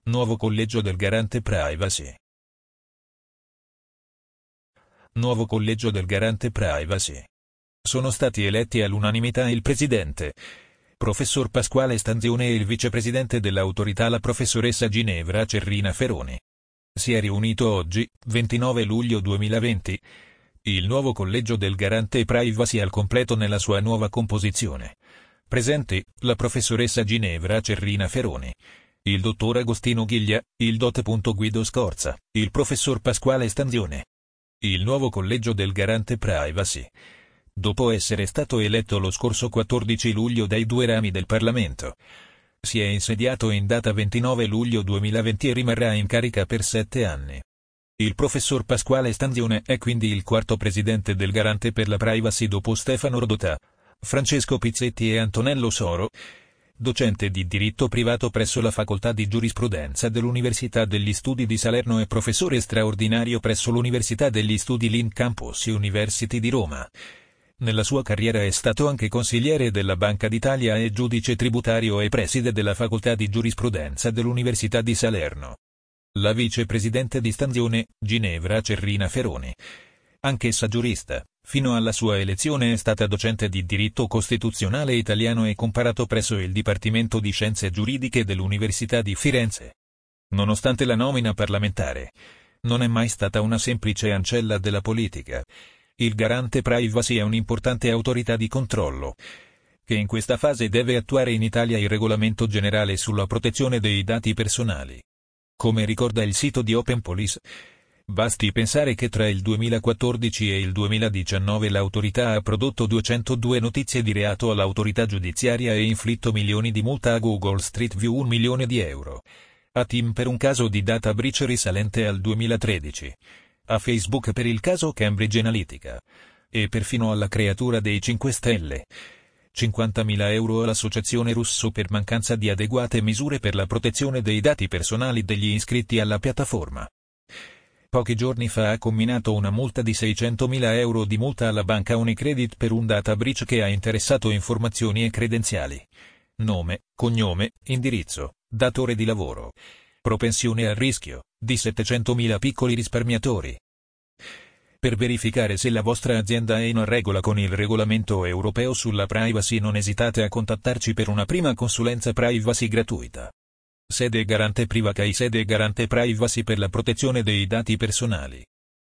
Nuovo collegio del Garante Privacy. Nuovo collegio del Garante Privacy. Sono stati eletti all'unanimità il presidente, professor Pasquale Stanzione, e il vicepresidente dell'autorità, la professoressa Ginevra Cerrina Feroni. Si è riunito oggi, 29 luglio 2020, il nuovo collegio del Garante Privacy al completo nella sua nuova composizione. Presenti, la professoressa Ginevra Cerrina Feroni, il dottor Agostino Ghiglia, il dott. Guido Scorza, il professor Pasquale Stanzione. Il nuovo collegio del Garante Privacy, dopo essere stato eletto lo scorso 14 luglio dai due rami del Parlamento, si è insediato in data 29 luglio 2020 e rimarrà in carica per 7 anni. Il professor Pasquale Stanzione è quindi il quarto presidente del Garante per la Privacy dopo Stefano Rodotà, Francesco Pizzetti e Antonello Soro, docente di diritto privato presso la Facoltà di Giurisprudenza dell'Università degli Studi di Salerno e professore straordinario presso l'Università degli Studi Link Campus University di Roma. Nella sua carriera è stato anche consigliere della Banca d'Italia e giudice tributario e preside della Facoltà di Giurisprudenza dell'Università di Salerno. La vicepresidente di Stanzione, Ginevra Cerrina Feroni, anch'essa giurista, fino alla sua elezione è stata docente di diritto costituzionale italiano e comparato presso il Dipartimento di Scienze Giuridiche dell'Università di Firenze. Nonostante la nomina parlamentare, non è mai stata una semplice ancella della politica. Il Garante Privacy è un'importante autorità di controllo, che in questa fase deve attuare in Italia il Regolamento Generale sulla protezione dei dati personali. Come ricorda il sito di Open Police, basti pensare che tra il 2014 e il 2019 l'autorità ha prodotto 202 notizie di reato all'autorità giudiziaria e inflitto milioni di multa a Google Street View, 1 milione di euro. A Tim per un caso di data breach risalente al 2013. A Facebook per il caso Cambridge Analytica. E perfino alla creatura dei 5 Stelle. 50.000 euro all'associazione Russo per mancanza di adeguate misure per la protezione dei dati personali degli iscritti alla piattaforma. Pochi giorni fa ha comminato una multa di 600.000 euro di multa alla banca Unicredit per un data breach che ha interessato informazioni e credenziali. Nome, cognome, indirizzo, datore di lavoro. Propensione al rischio, di 700.000 piccoli risparmiatori. Per verificare se la vostra azienda è in regola con il regolamento europeo sulla privacy, non esitate a contattarci per una prima consulenza privacy gratuita. Sede Garante Privacy, sede Garante Privacy per la protezione dei dati personali.